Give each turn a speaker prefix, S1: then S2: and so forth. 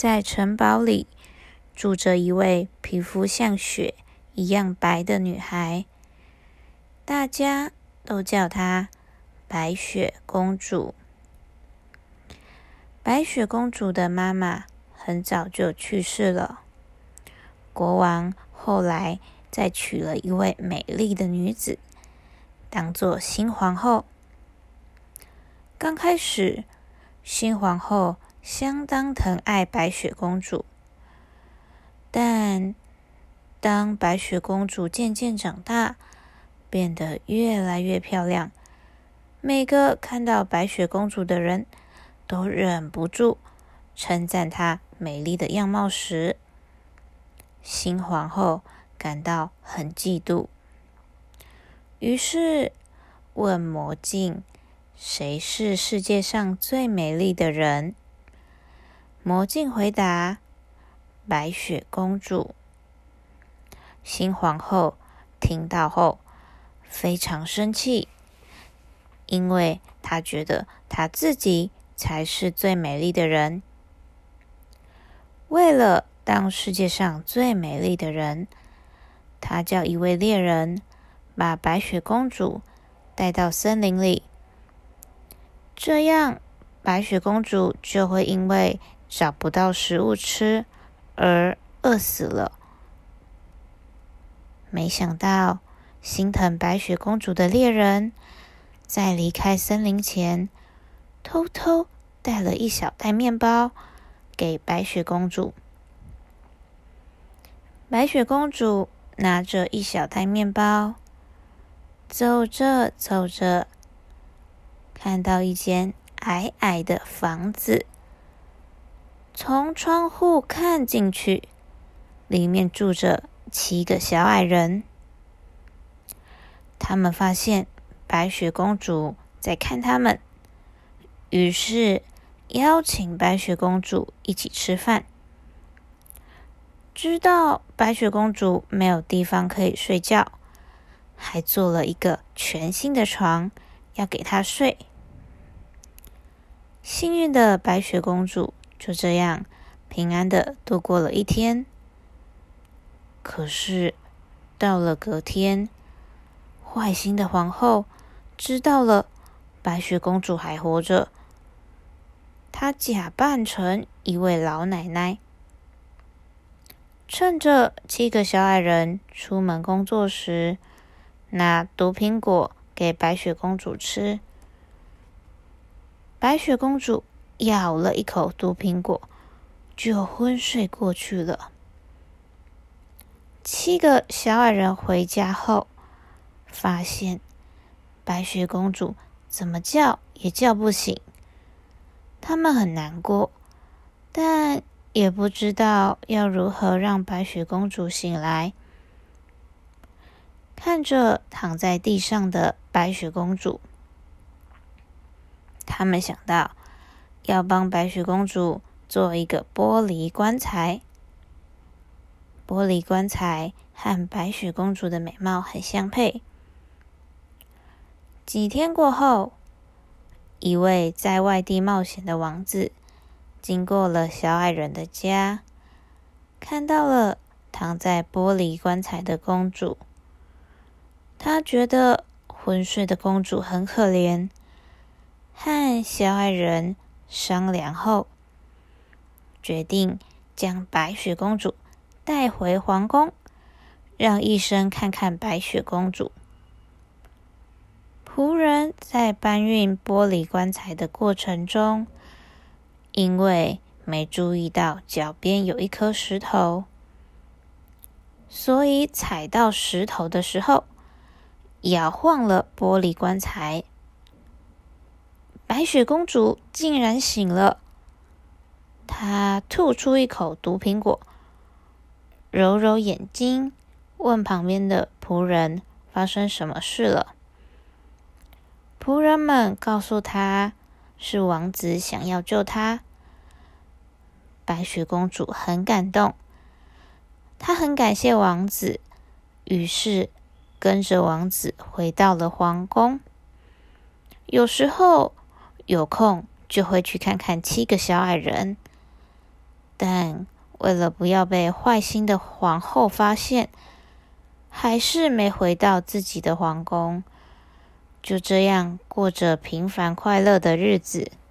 S1: 在城堡里住着一位皮肤像雪一样白的女孩，大家都叫她白雪公主。白雪公主的妈妈很早就去世了，国王后来再娶了一位美丽的女子，当作新皇后。刚开始，新皇后相当疼爱白雪公主，但当白雪公主渐渐长大，变得越来越漂亮，每个看到白雪公主的人都忍不住称赞她美丽的样貌时，新皇后感到很嫉妒，于是问魔镜谁是世界上最美丽的人。魔镜回答：白雪公主。新皇后听到后非常生气，因为她觉得她自己才是最美丽的人。为了当世界上最美丽的人，她叫一位猎人把白雪公主带到森林里，这样白雪公主就会因为找不到食物吃而饿死了。没想到心疼白雪公主的猎人在离开森林前偷偷带了一小袋面包给白雪公主。白雪公主拿着一小袋面包，走着走着，看到一间矮矮的房子，从窗户看进去，里面住着7个小矮人。他们发现白雪公主在看他们，于是邀请白雪公主一起吃饭。知道白雪公主没有地方可以睡觉，还做了一个全新的床要给她睡。幸运的白雪公主就这样平安的度过了一天。可是到了隔天，坏心的皇后知道了白雪公主还活着，她假扮成一位老奶奶，趁着7个小矮人出门工作时，拿毒苹果给白雪公主吃。白雪公主咬了一口毒苹果，就昏睡过去了。7个小矮人回家后，发现白雪公主怎么叫也叫不醒，他们很难过，但也不知道要如何让白雪公主醒来。看着躺在地上的白雪公主，他们想到要帮白雪公主做一个玻璃棺材。玻璃棺材和白雪公主的美貌很相配。几天过后，一位在外地冒险的王子经过了小矮人的家，看到了躺在玻璃棺材的公主。他觉得昏睡的公主很可怜，和小矮人商量后，决定将白雪公主带回皇宫，让医生看看白雪公主。仆人在搬运玻璃棺材的过程中，因为没注意到脚边有一颗石头，所以踩到石头的时候，摇晃了玻璃棺材。白雪公主竟然醒了，她吐出一口毒苹果，揉揉眼睛，问旁边的仆人发生什么事了。仆人们告诉她，是王子想要救她。白雪公主很感动，她很感谢王子，于是跟着王子回到了皇宫。有时候有空就会去看看7个小矮人。 但为了不要被坏心的皇后发现，还是没回到自己的皇宫，就这样过着平凡快乐的日子。